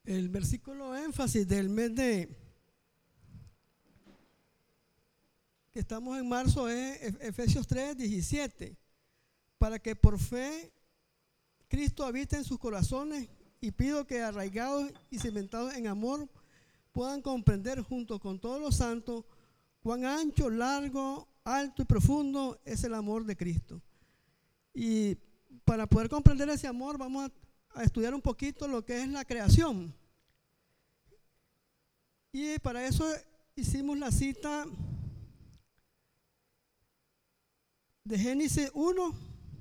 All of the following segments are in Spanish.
El versículo énfasis del mes que estamos en marzo es Efesios 3:17, para que por fe Cristo habite en sus corazones, y pido que arraigados y cimentados en amor puedan comprender junto con todos los santos cuán ancho, largo, alto y profundo es el amor de Cristo. Y para poder comprender ese amor vamos a estudiar un poquito lo que es la creación. Y para eso hicimos la cita de Génesis 1,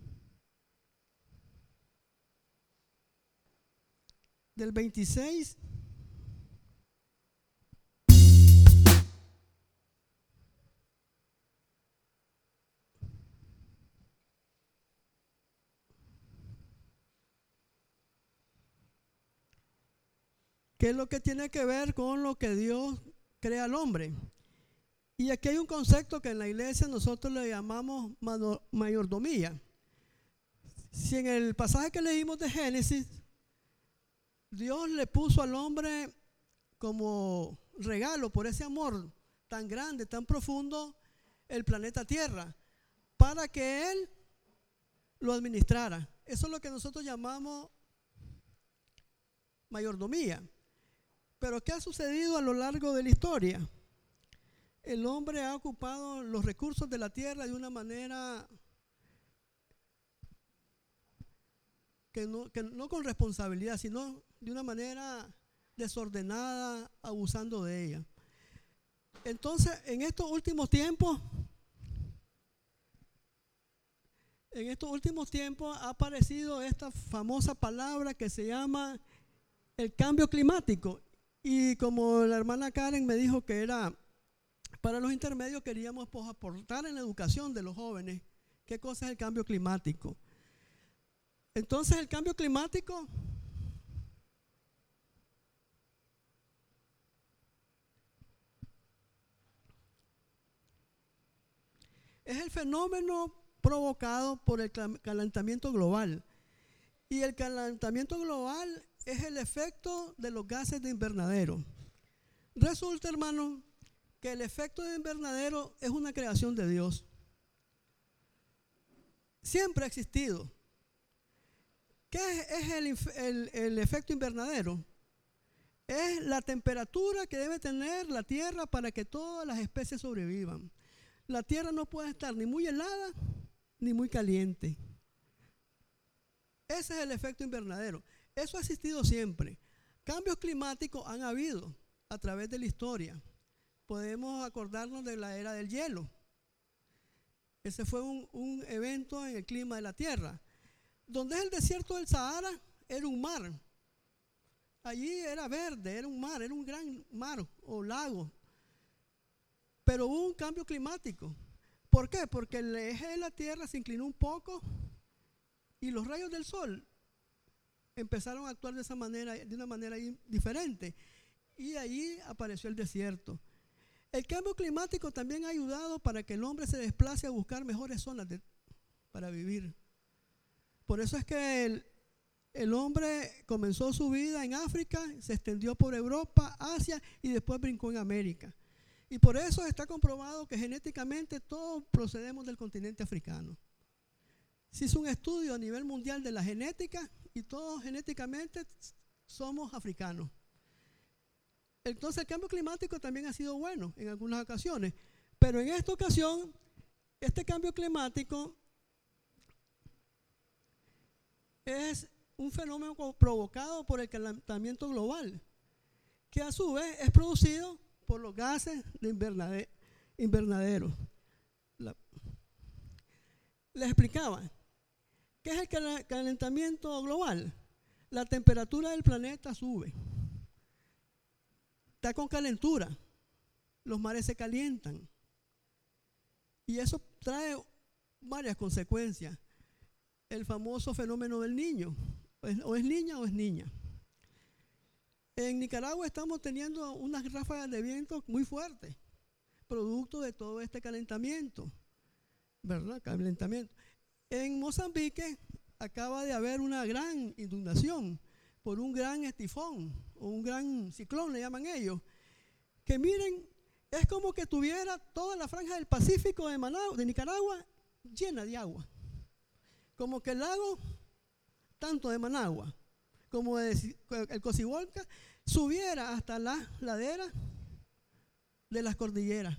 del 26 que es lo que tiene que ver con lo que Dios crea al hombre. Y aquí hay un concepto que en la iglesia nosotros le llamamos mayordomía. Si en el pasaje que leímos de Génesis, Dios le puso al hombre como regalo por ese amor tan grande, tan profundo, el planeta Tierra, para que Él lo administrara. Eso es lo que nosotros llamamos mayordomía. Pero ¿qué ha sucedido a lo largo de la historia? El hombre ha ocupado los recursos de la tierra de una manera que no con responsabilidad, sino de una manera desordenada, abusando de ella. Entonces, en estos últimos tiempos ha aparecido esta famosa palabra que se llama el cambio climático. Y como la hermana Karen me dijo que era para los intermedios, queríamos pues aportar en la educación de los jóvenes qué cosa es el cambio climático. Entonces, el cambio climático es el fenómeno provocado por el calentamiento global. Y el calentamiento global es el efecto de los gases de invernadero. Resulta, hermano, que el efecto de invernadero es una creación de Dios. Siempre ha existido. ¿Qué es el efecto invernadero? Es la temperatura que debe tener la tierra para que todas las especies sobrevivan. La tierra no puede estar ni muy helada ni muy caliente. Ese es el efecto invernadero. Eso ha existido siempre. Cambios climáticos han habido a través de la historia. Podemos acordarnos de la era del hielo. Ese fue un evento en el clima de la tierra. Donde es el desierto del Sahara, era un mar. Allí era verde, era un mar, era un gran mar o lago. Pero hubo un cambio climático. ¿Por qué? Porque el eje de la tierra se inclinó un poco y los rayos del sol empezaron a actuar de una manera diferente. Y allí apareció el desierto. El cambio climático también ha ayudado para que el hombre se desplace a buscar mejores zonas para vivir. Por eso es que el hombre comenzó su vida en África, se extendió por Europa, Asia y después brincó en América. Y por eso está comprobado que genéticamente todos procedemos del continente africano. Se hizo un estudio a nivel mundial de la genética y todos genéticamente somos africanos. Entonces el cambio climático también ha sido bueno en algunas ocasiones, pero en esta ocasión este cambio climático es un fenómeno provocado por el calentamiento global, que a su vez es producido por los gases de invernadero. Les explicaba, ¿qué es el calentamiento global? La temperatura del planeta sube. Está con calentura, los mares se calientan y eso trae varias consecuencias. El famoso fenómeno del niño, o es niña o es niña. En Nicaragua estamos teniendo unas ráfagas de viento muy fuertes, producto de todo este calentamiento, ¿verdad? Calentamiento. En Mozambique acaba de haber una gran inundación, por un gran tifón o un gran ciclón, le llaman ellos, que miren, es como que tuviera toda la franja del Pacífico de Nicaragua llena de agua. Como que el lago, tanto de Managua como el Cocibolca, subiera hasta la ladera de las cordilleras.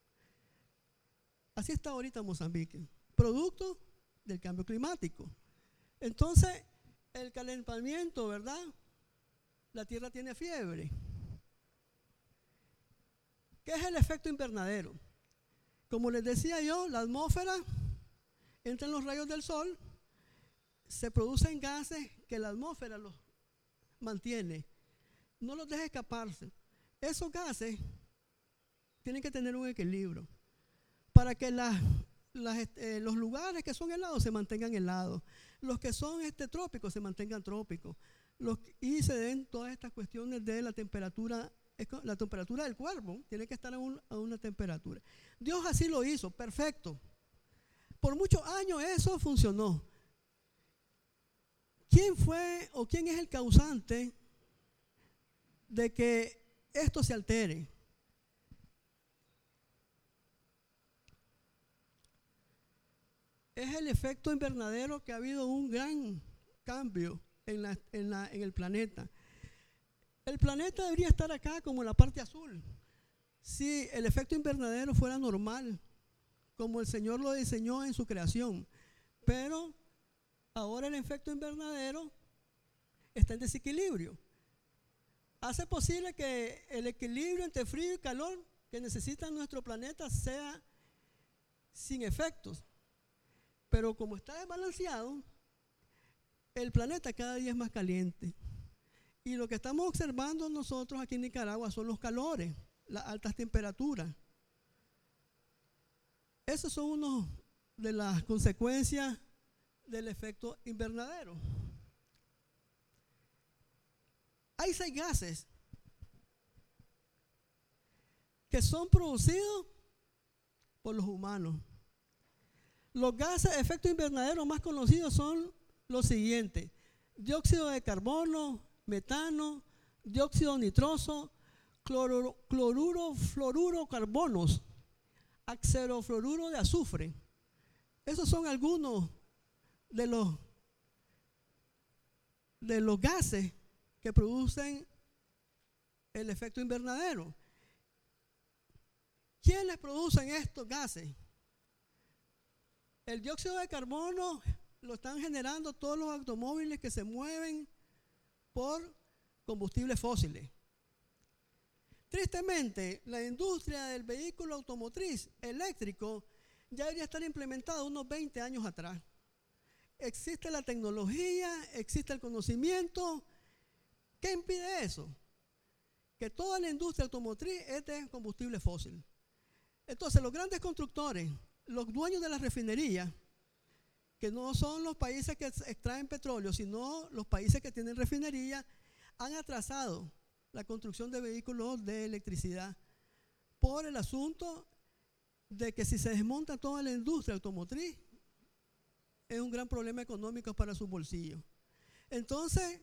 Así está ahorita Mozambique, producto del cambio climático. Entonces, el calentamiento, ¿verdad? La tierra tiene fiebre. ¿Qué es el efecto invernadero? Como les decía yo, la atmósfera, entran los rayos del sol, se producen gases que la atmósfera los mantiene, no los deja escaparse. Esos gases tienen que tener un equilibrio para que los lugares que son helados se mantengan helados, los que son trópicos se mantengan trópicos, y se den todas estas cuestiones de la temperatura del cuerpo, tiene que estar a una temperatura. Dios así lo hizo, perfecto. Por muchos años eso funcionó. ¿Quién fue o quién es el causante de que esto se altere? Es el efecto invernadero, que ha habido un gran cambio en el planeta. El planeta debería estar acá como en la parte azul. Si el efecto invernadero fuera normal, como el Señor lo diseñó en su creación. Pero ahora el efecto invernadero está en desequilibrio. Hace posible que el equilibrio entre frío y calor que necesita nuestro planeta sea sin efectos. Pero como está desbalanceado, el planeta cada día es más caliente. Y lo que estamos observando nosotros aquí en Nicaragua son los calores, las altas temperaturas. Esas son una de las consecuencias del efecto invernadero. Hay 6 gases que son producidos por los humanos. Los gases de efecto invernadero más conocidos son los siguientes: dióxido de carbono, metano, dióxido nitroso, cloruro, fluoruro, carbonos, oxirofluoruro de azufre. Esos son algunos de los gases que producen el efecto invernadero. ¿Quiénes producen estos gases? El dióxido de carbono lo están generando todos los automóviles que se mueven por combustibles fósiles. Tristemente, la industria del vehículo automotriz eléctrico ya debería estar implementada unos 20 años atrás. Existe la tecnología, existe el conocimiento. ¿Qué impide eso? Que toda la industria automotriz es de combustible fósil. Entonces, los grandes constructores, los dueños de las refinerías, que no son los países que extraen petróleo, sino los países que tienen refinerías, han atrasado la construcción de vehículos de electricidad por el asunto de que si se desmonta toda la industria automotriz, es un gran problema económico para sus bolsillos. Entonces,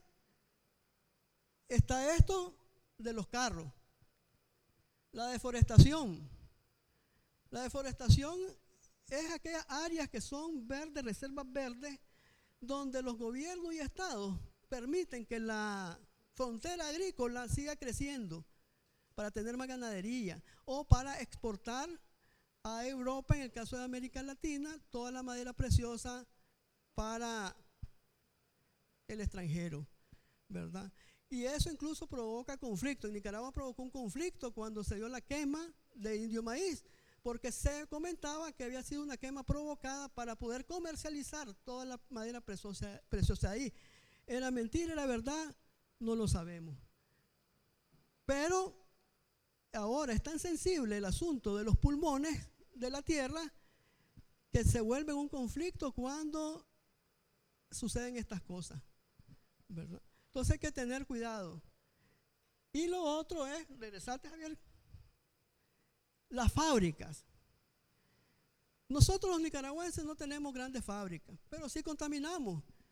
está esto de los carros, la deforestación. La deforestación es aquellas áreas que son verdes, reservas verdes, donde los gobiernos y estados permiten que la frontera agrícola siga creciendo para tener más ganadería o para exportar a Europa, en el caso de América Latina, toda la madera preciosa para el extranjero, ¿verdad? Y eso incluso provoca conflicto. En Nicaragua provocó un conflicto cuando se dio la quema de indio maíz, porque se comentaba que había sido una quema provocada para poder comercializar toda la madera preciosa ahí. ¿Era mentira, era verdad? No lo sabemos. Pero ahora es tan sensible el asunto de los pulmones de la tierra que se vuelve un conflicto cuando suceden estas cosas, ¿verdad? Entonces hay que tener cuidado. Y lo otro es, regresate, Javier, las fábricas. Nosotros los nicaragüenses no tenemos grandes fábricas, pero sí contaminamos.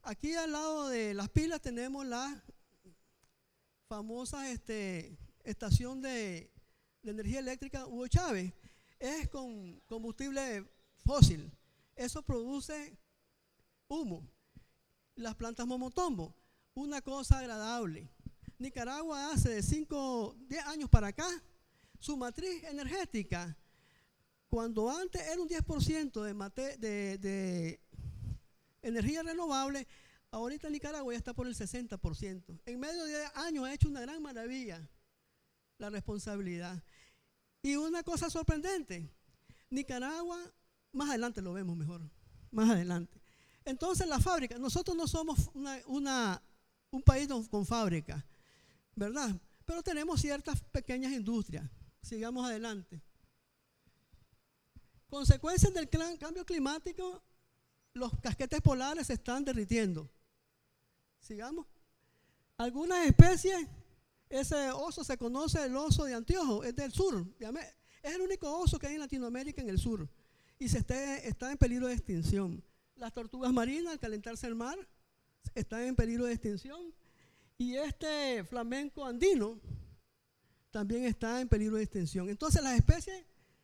Aquí al lado de las pilas tenemos la famosa estación de energía eléctrica Hugo Chávez. Es con combustible fósil. Eso produce humo. Las plantas Momotombo, una cosa agradable. Nicaragua hace de 10 años para acá, su matriz energética, cuando antes era un 10% de energía renovable, ahorita Nicaragua ya está por el 60%. En medio de 10 años ha hecho una gran maravilla la responsabilidad. Y una cosa sorprendente, Nicaragua, más adelante lo vemos mejor, más adelante. Entonces la fábrica, nosotros no somos un país con fábrica, ¿verdad? Pero tenemos ciertas pequeñas industrias. Sigamos adelante. Consecuencias del cambio climático, los casquetes polares se están derritiendo. Sigamos. Algunas especies, ese oso se conoce, el oso de anteojo, es del sur. Es el único oso que hay en Latinoamérica en el sur y está en peligro de extinción. Las tortugas marinas, al calentarse el mar, están en peligro de extinción. Y este flamenco andino también está en peligro de extinción. Entonces las especies,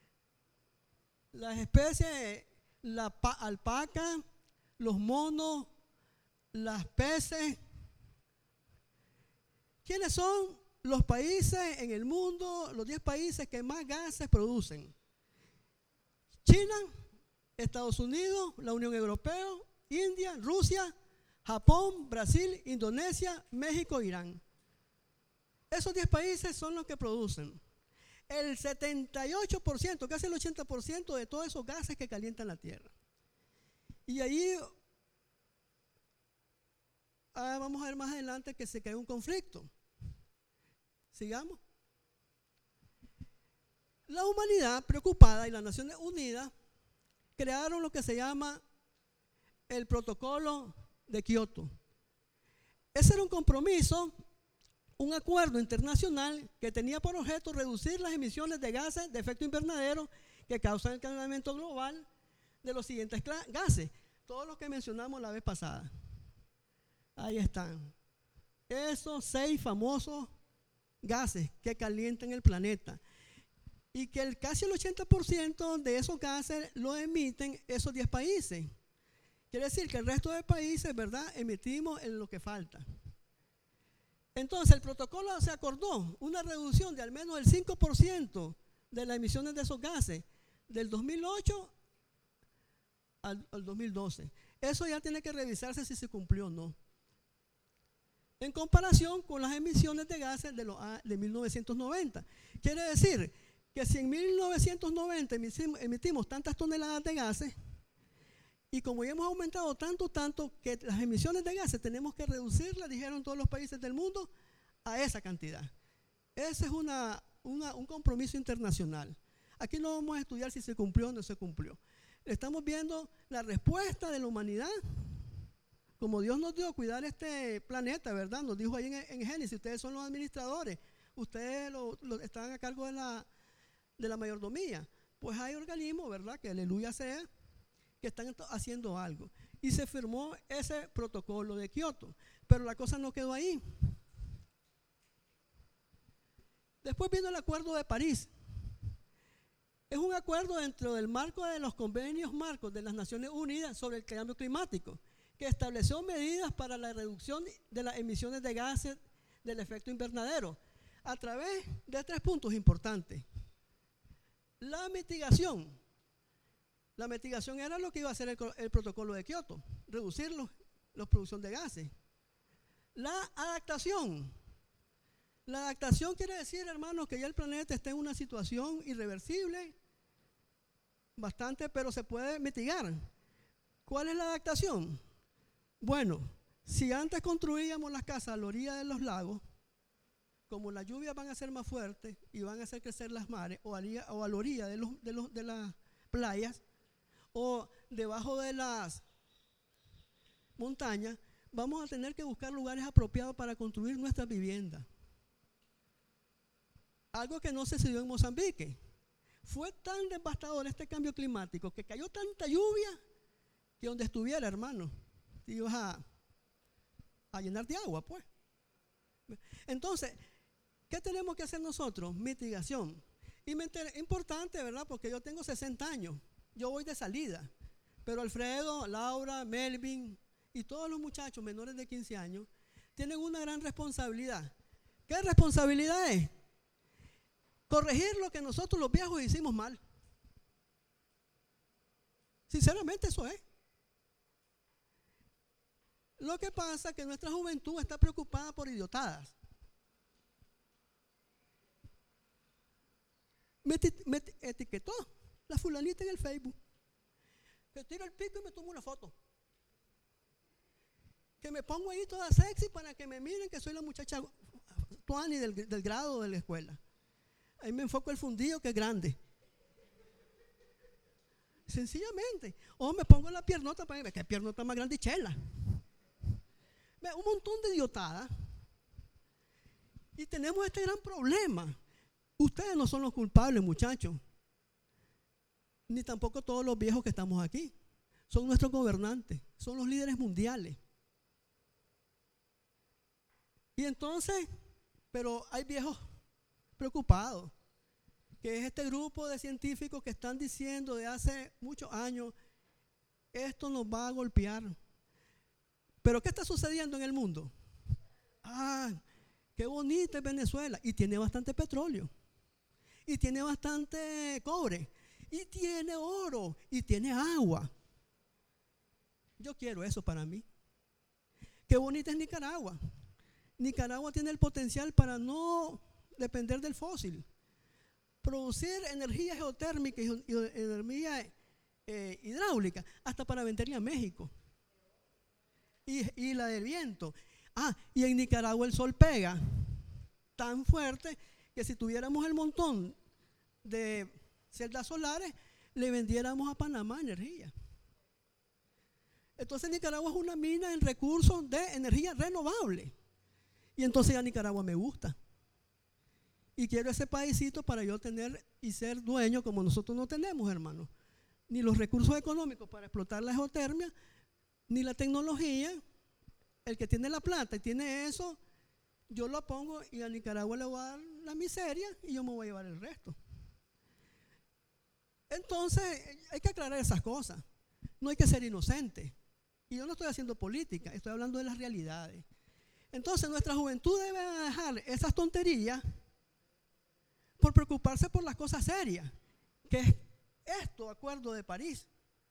la alpaca, los monos, las peces. ¿Quiénes son los países en el mundo, los 10 países que más gases producen? China, Estados Unidos, la Unión Europea, India, Rusia, Japón, Brasil, Indonesia, México, Irán. Esos 10 países son los que producen el 78%, casi el 80% de todos esos gases que calientan la Tierra. Y ahí vamos a ver más adelante que se crea un conflicto. Sigamos. La humanidad preocupada y las Naciones Unidas crearon lo que se llama el Protocolo de Kioto. Ese era un compromiso, un acuerdo internacional que tenía por objeto reducir las emisiones de gases de efecto invernadero que causan el calentamiento global de los siguientes gases, todos los que mencionamos la vez pasada. Ahí están. Esos 6 famosos gases que calientan el planeta. Y que casi el 80% de esos gases lo emiten esos 10 países. Quiere decir que el resto de países, ¿verdad?, emitimos en lo que falta. Entonces el protocolo se acordó una reducción de al menos el 5% de las emisiones de esos gases del 2008 al 2012. Eso ya tiene que revisarse si se cumplió o no. En comparación con las emisiones de gases de 1990. Quiere decir que si en 1990 emitimos tantas toneladas de gases, y como ya hemos aumentado tanto que las emisiones de gases tenemos que reducirlas, dijeron todos los países del mundo, a esa cantidad. Ese es un compromiso internacional. Aquí no vamos a estudiar si se cumplió o no se cumplió. Estamos viendo la respuesta de la humanidad. Como Dios nos dio a cuidar este planeta, ¿verdad? Nos dijo ahí en Génesis, ustedes son los administradores, ustedes están a cargo de la mayordomía. Pues hay organismos, ¿verdad?, que aleluya sea, que están haciendo algo. Y se firmó ese protocolo de Kioto. Pero la cosa no quedó ahí. Después vino el Acuerdo de París. Es un acuerdo dentro del marco de los convenios marcos de las Naciones Unidas sobre el cambio climático, que estableció medidas para la reducción de las emisiones de gases del efecto invernadero a través de 3 puntos importantes. La mitigación. La mitigación era lo que iba a hacer el protocolo de Kioto, reducir la producción de gases. La adaptación. La adaptación quiere decir, hermanos, que ya el planeta está en una situación irreversible, bastante, pero se puede mitigar. ¿Cuál es la adaptación? Bueno, si antes construíamos las casas a la orilla de los lagos, como las lluvias van a ser más fuertes y van a hacer crecer las mares, o a la orilla de las playas, o debajo de las montañas, vamos a tener que buscar lugares apropiados para construir nuestras viviendas. Algo que no sucedió en Mozambique. Fue tan devastador este cambio climático que cayó tanta lluvia que donde estuviera, hermano, te ibas a llenar de agua, pues. Entonces, ¿qué tenemos que hacer nosotros? Mitigación. Y importante, ¿verdad? Porque yo tengo 60 años, yo voy de salida, pero Alfredo, Laura, Melvin y todos los muchachos menores de 15 años tienen una gran responsabilidad. ¿Qué responsabilidad es? Corregir lo que nosotros los viejos hicimos mal. Sinceramente eso es. Lo que pasa es que nuestra juventud está preocupada por idiotadas. Me etiquetó la fulanita en el Facebook. Que tiro el pico y me tomo una foto. Que me pongo ahí toda sexy para que me miren que soy la muchacha tuani del grado de la escuela. Ahí me enfoco el fundillo que es grande. Sencillamente. O me pongo la piernota para ver qué piernota más grande y chela. Un montón de idiotadas. Y tenemos este gran problema. Ustedes no son los culpables, muchachos. Ni tampoco todos los viejos que estamos aquí. Son nuestros gobernantes. Son los líderes mundiales. Y entonces, pero hay viejos preocupados, que es este grupo de científicos que están diciendo de hace muchos años, esto nos va a golpear. Pero ¿qué está sucediendo en el mundo? Qué bonita es Venezuela, y tiene bastante petróleo, y tiene bastante cobre, y tiene oro, y tiene agua. Yo quiero eso para mí. Qué bonita es Nicaragua. Nicaragua tiene el potencial para no depender del fósil, producir energía geotérmica y energía hidráulica, hasta para venderle a México. Y la del viento. Y en Nicaragua el sol pega tan fuerte que si tuviéramos el montón de celdas solares, le vendiéramos a Panamá energía. Entonces Nicaragua es una mina en recursos de energía renovable. Y entonces ya Nicaragua me gusta. Y quiero ese paísito para yo tener y ser dueño, como nosotros no tenemos, hermano. Ni los recursos económicos para explotar la geotermia, ni la tecnología. El que tiene la plata y tiene eso, yo lo pongo y a Nicaragua le voy a dar la miseria y yo me voy a llevar el resto. Entonces hay que aclarar esas cosas. No hay que ser inocente. Y yo no estoy haciendo política, estoy hablando de las realidades. Entonces nuestra juventud debe dejar esas tonterías por preocuparse por las cosas serias, que es esto, Acuerdo de París.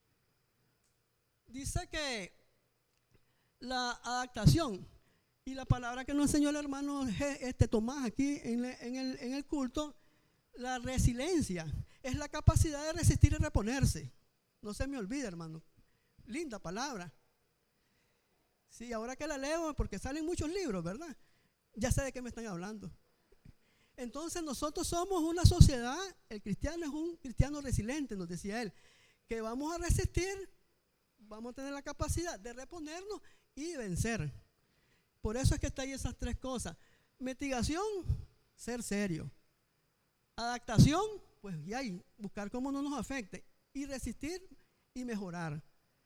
Dice que la adaptación, y la palabra que nos enseñó el hermano Tomás aquí en el culto, la resiliencia, es la capacidad de resistir y reponerse. No se me olvide, hermano. Linda palabra. Sí, ahora que la leo, porque salen muchos libros, ¿verdad? Ya sé de qué me están hablando. Entonces nosotros somos una sociedad, el cristiano es un cristiano resiliente, nos decía él, que vamos a resistir, vamos a tener la capacidad de reponernos y vencer. Por eso es que está ahí esas tres cosas. Mitigación, ser serio. Adaptación, pues ya hay, buscar cómo no nos afecte. Y resistir y mejorar.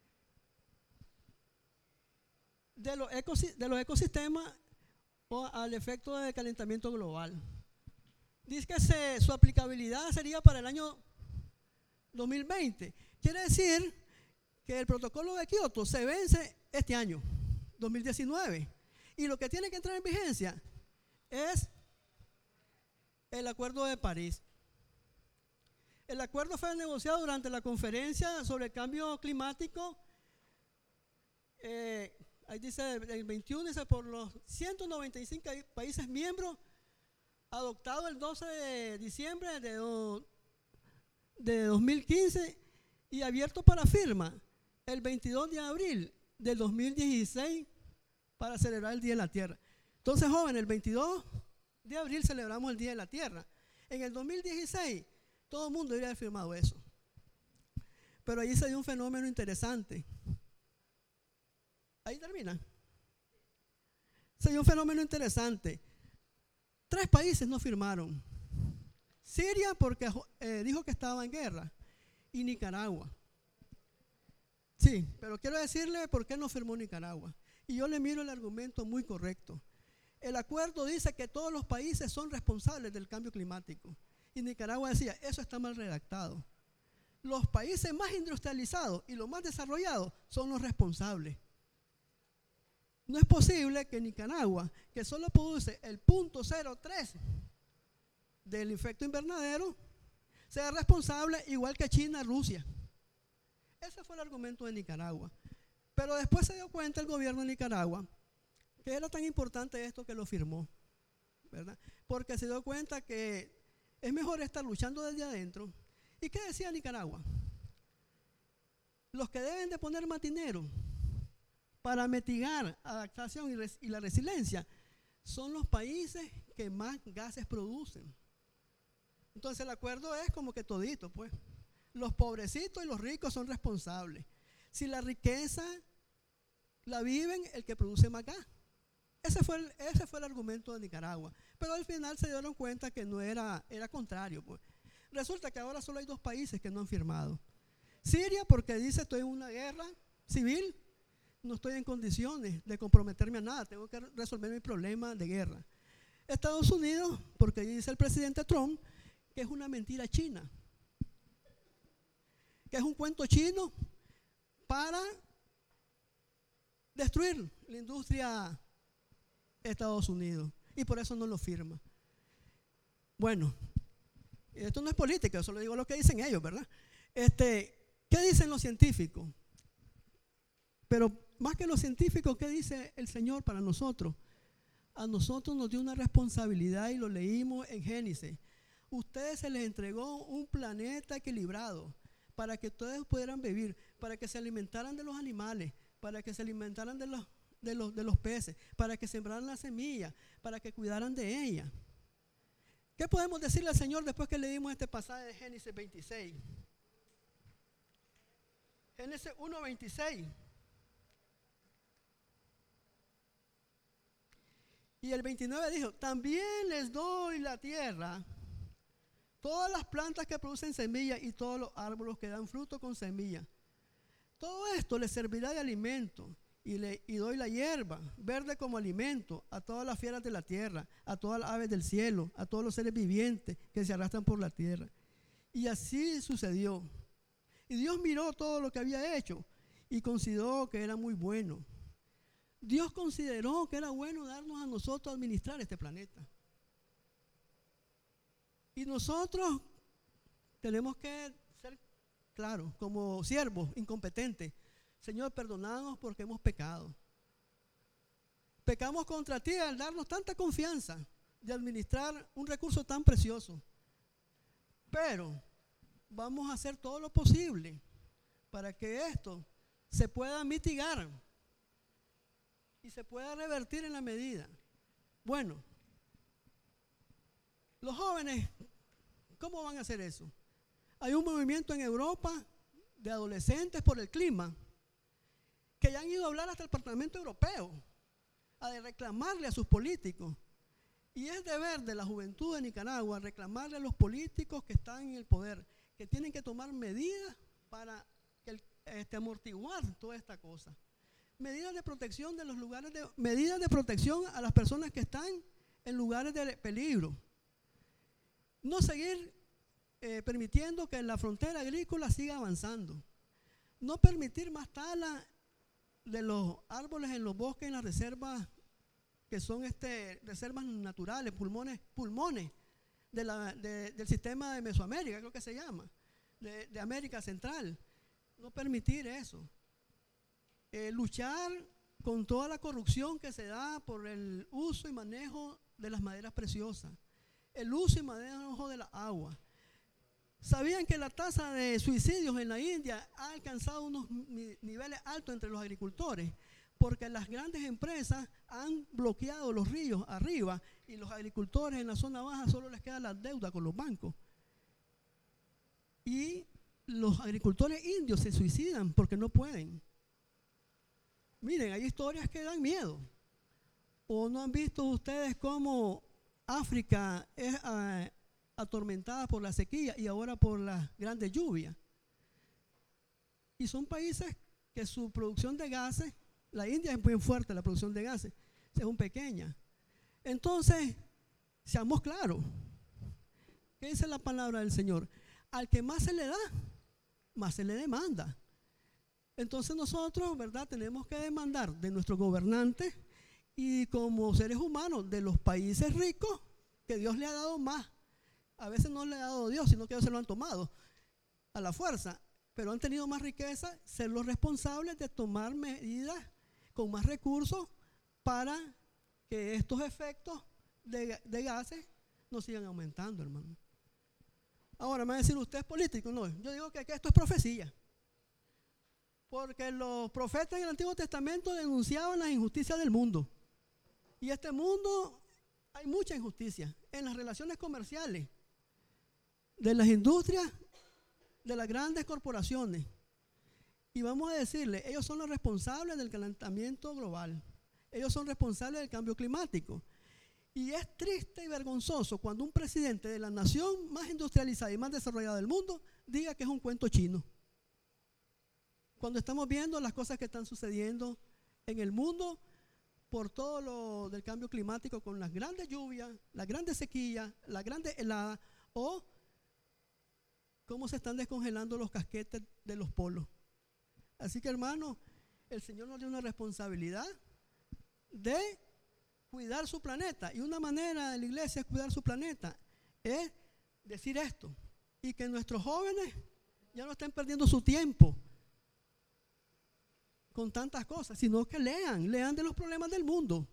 De los ecosistemas al efecto de calentamiento global. Dice que su aplicabilidad sería para el año 2020. Quiere decir que el protocolo de Kioto se vence este año, 2019. Y lo que tiene que entrar en vigencia es el Acuerdo de París. El acuerdo fue negociado durante la conferencia sobre el cambio climático. Ahí dice el 21, dice por los 195 países miembros, adoptado el 12 de diciembre de 2015 y abierto para firma el 22 de abril del 2016 para celebrar el Día de la Tierra. Entonces, joven, el 22 de abril celebramos el Día de la Tierra. En el 2016 todo el mundo debería haber firmado eso. Pero ahí se dio un fenómeno interesante. Ahí termina. Se dio un fenómeno interesante. 3 países no firmaron. Siria porque dijo que estaba en guerra y Nicaragua. Sí, pero quiero decirle por qué no firmó Nicaragua. Y yo le miro el argumento muy correcto. El acuerdo dice que todos los países son responsables del cambio climático. Y Nicaragua decía, eso está mal redactado. Los países más industrializados y los más desarrollados son los responsables. No es posible que Nicaragua, que solo produce el 0.03 del efecto invernadero, sea responsable igual que China, Rusia. Ese fue el argumento de Nicaragua. Pero después se dio cuenta el gobierno de Nicaragua que era tan importante esto que lo firmó, ¿verdad? Porque se dio cuenta que es mejor estar luchando desde adentro. ¿Y qué decía Nicaragua? Los que deben de poner más dinero para mitigar adaptación y la resiliencia son los países que más gases producen. Entonces el acuerdo es como que todito, pues. Los pobrecitos y los ricos son responsables. Si la riqueza la viven el que produce más gas. Ese fue el argumento de Nicaragua. Pero al final se dieron cuenta que no era contrario, pues. Resulta que ahora solo hay 2 países que no han firmado. Siria, porque dice estoy en una guerra civil, no estoy en condiciones de comprometerme a nada, tengo que resolver mi problema de guerra. Estados Unidos, porque dice el presidente Trump que es una mentira china, que es un cuento chino para destruir la industria de Estados Unidos, y por eso no lo firma. Bueno, esto no es política, yo solo digo lo que dicen ellos, ¿verdad? ¿Qué dicen los científicos? Pero más que los científicos, ¿qué dice el Señor para nosotros? A nosotros nos dio una responsabilidad y lo leímos en Génesis. Ustedes se les entregó un planeta equilibrado para que ustedes pudieran vivir, para que se alimentaran de los animales, para que se alimentaran de los peces, para que sembraran la semilla, para que cuidaran de ella. ¿Qué podemos decirle al Señor después que leímos este pasaje de Génesis 26? Génesis 1:26. Y el 29 dijo, también les doy la tierra, todas las plantas que producen semilla y todos los árboles que dan fruto con semilla. Todo esto les servirá de alimento. Y doy la hierba verde como alimento a todas las fieras de la tierra, a todas las aves del cielo, a todos los seres vivientes que se arrastran por la tierra. Y así sucedió. Y Dios miró todo lo que había hecho y consideró que era muy bueno. Dios consideró que era bueno darnos a nosotros administrar este planeta. Y nosotros tenemos que ser claros, como siervos incompetentes. Señor, perdónanos porque hemos pecado. Pecamos contra ti al darnos tanta confianza de administrar un recurso tan precioso. Pero vamos a hacer todo lo posible para que esto se pueda mitigar y se pueda revertir en la medida. Bueno, los jóvenes, ¿cómo van a hacer eso? Hay un movimiento en Europa de adolescentes por el clima que ya han ido a hablar hasta el Parlamento Europeo, a reclamarle a sus políticos. Y es deber de la juventud de Nicaragua reclamarle a los políticos que están en el poder, que tienen que tomar medidas para amortiguar toda esta cosa. Medidas de protección de los lugares medidas de protección a las personas que están en lugares de peligro. No seguir permitiendo que la frontera agrícola siga avanzando. No permitir más tala de los árboles en los bosques, en las reservas que son reservas naturales, pulmones del sistema de Mesoamérica, creo que se llama, de América Central. No permitir eso. Luchar con toda la corrupción que se da por el uso y manejo de las maderas preciosas, el uso y manejo de la agua. ¿Sabían que la tasa de suicidios en la India ha alcanzado unos niveles altos entre los agricultores? Porque las grandes empresas han bloqueado los ríos arriba y los agricultores en la zona baja solo les queda la deuda con los bancos. Y los agricultores indios se suicidan porque no pueden. Miren, hay historias que dan miedo. ¿O no han visto ustedes cómo África es atormentada por la sequía y ahora por las grandes lluvias? Y son países que su producción de gases, la India es muy fuerte la producción de gases, es muy pequeña. Entonces, seamos claros, ¿qué dice la palabra del Señor? Al que más se le da, más se le demanda. Entonces nosotros, ¿verdad?, tenemos que demandar de nuestros gobernantes y como seres humanos de los países ricos que Dios le ha dado más. A veces no le ha dado Dios, sino que ellos se lo han tomado a la fuerza, pero han tenido más riqueza, ser los responsables de tomar medidas con más recursos para que estos efectos de gases no sigan aumentando, hermano. Ahora me va a decir, ¿usted es político? No, yo digo que esto es profecía. Porque los profetas en el Antiguo Testamento denunciaban las injusticias del mundo. Y este mundo hay mucha injusticia en las relaciones comerciales, de las industrias, de las grandes corporaciones. Y vamos a decirle, ellos son los responsables del calentamiento global. Ellos son responsables del cambio climático. Y es triste y vergonzoso cuando un presidente de la nación más industrializada y más desarrollada del mundo diga que es un cuento chino. Cuando estamos viendo las cosas que están sucediendo en el mundo por todo lo del cambio climático, con las grandes lluvias, las grandes sequías, las grandes heladas, o cómo se están descongelando los casquetes de los polos. Así que, hermano, el Señor nos dio una responsabilidad de cuidar su planeta, y una manera de la iglesia es cuidar su planeta, es decir esto, y que nuestros jóvenes ya no estén perdiendo su tiempo con tantas cosas, sino que lean de los problemas del mundo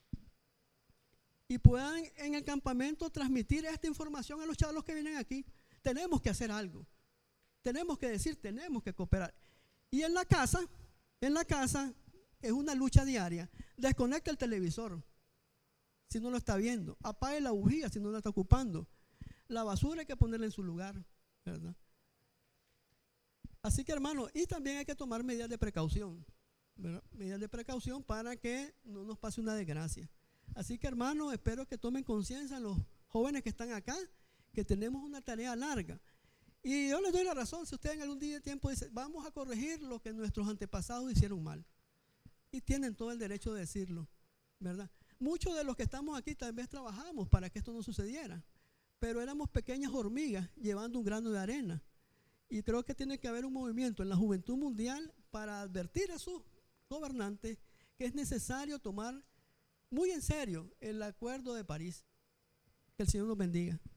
y puedan en el campamento transmitir esta información a los chavos que vienen aquí. Tenemos que hacer algo, tenemos que decir, tenemos que cooperar. Y en la casa es una lucha diaria. Desconecta el televisor si no lo está viendo, apague la bujía si no la está ocupando, la basura hay que ponerla en su lugar, ¿verdad? Así que, hermano, y también hay que tomar medidas de precaución, ¿verdad? Medidas de precaución para que no nos pase una desgracia. Así que, hermano, espero que tomen conciencia los jóvenes que están acá, que tenemos una tarea larga. Y yo les doy la razón, si ustedes en algún día de tiempo dicen, vamos a corregir lo que nuestros antepasados hicieron mal. Y tienen todo el derecho de decirlo, ¿verdad? Muchos de los que estamos aquí tal vez trabajamos para que esto no sucediera, pero éramos pequeñas hormigas llevando un grano de arena. Y creo que tiene que haber un movimiento en la juventud mundial para advertir a sus gobernantes que es necesario tomar muy en serio el Acuerdo de París. Que el Señor los bendiga.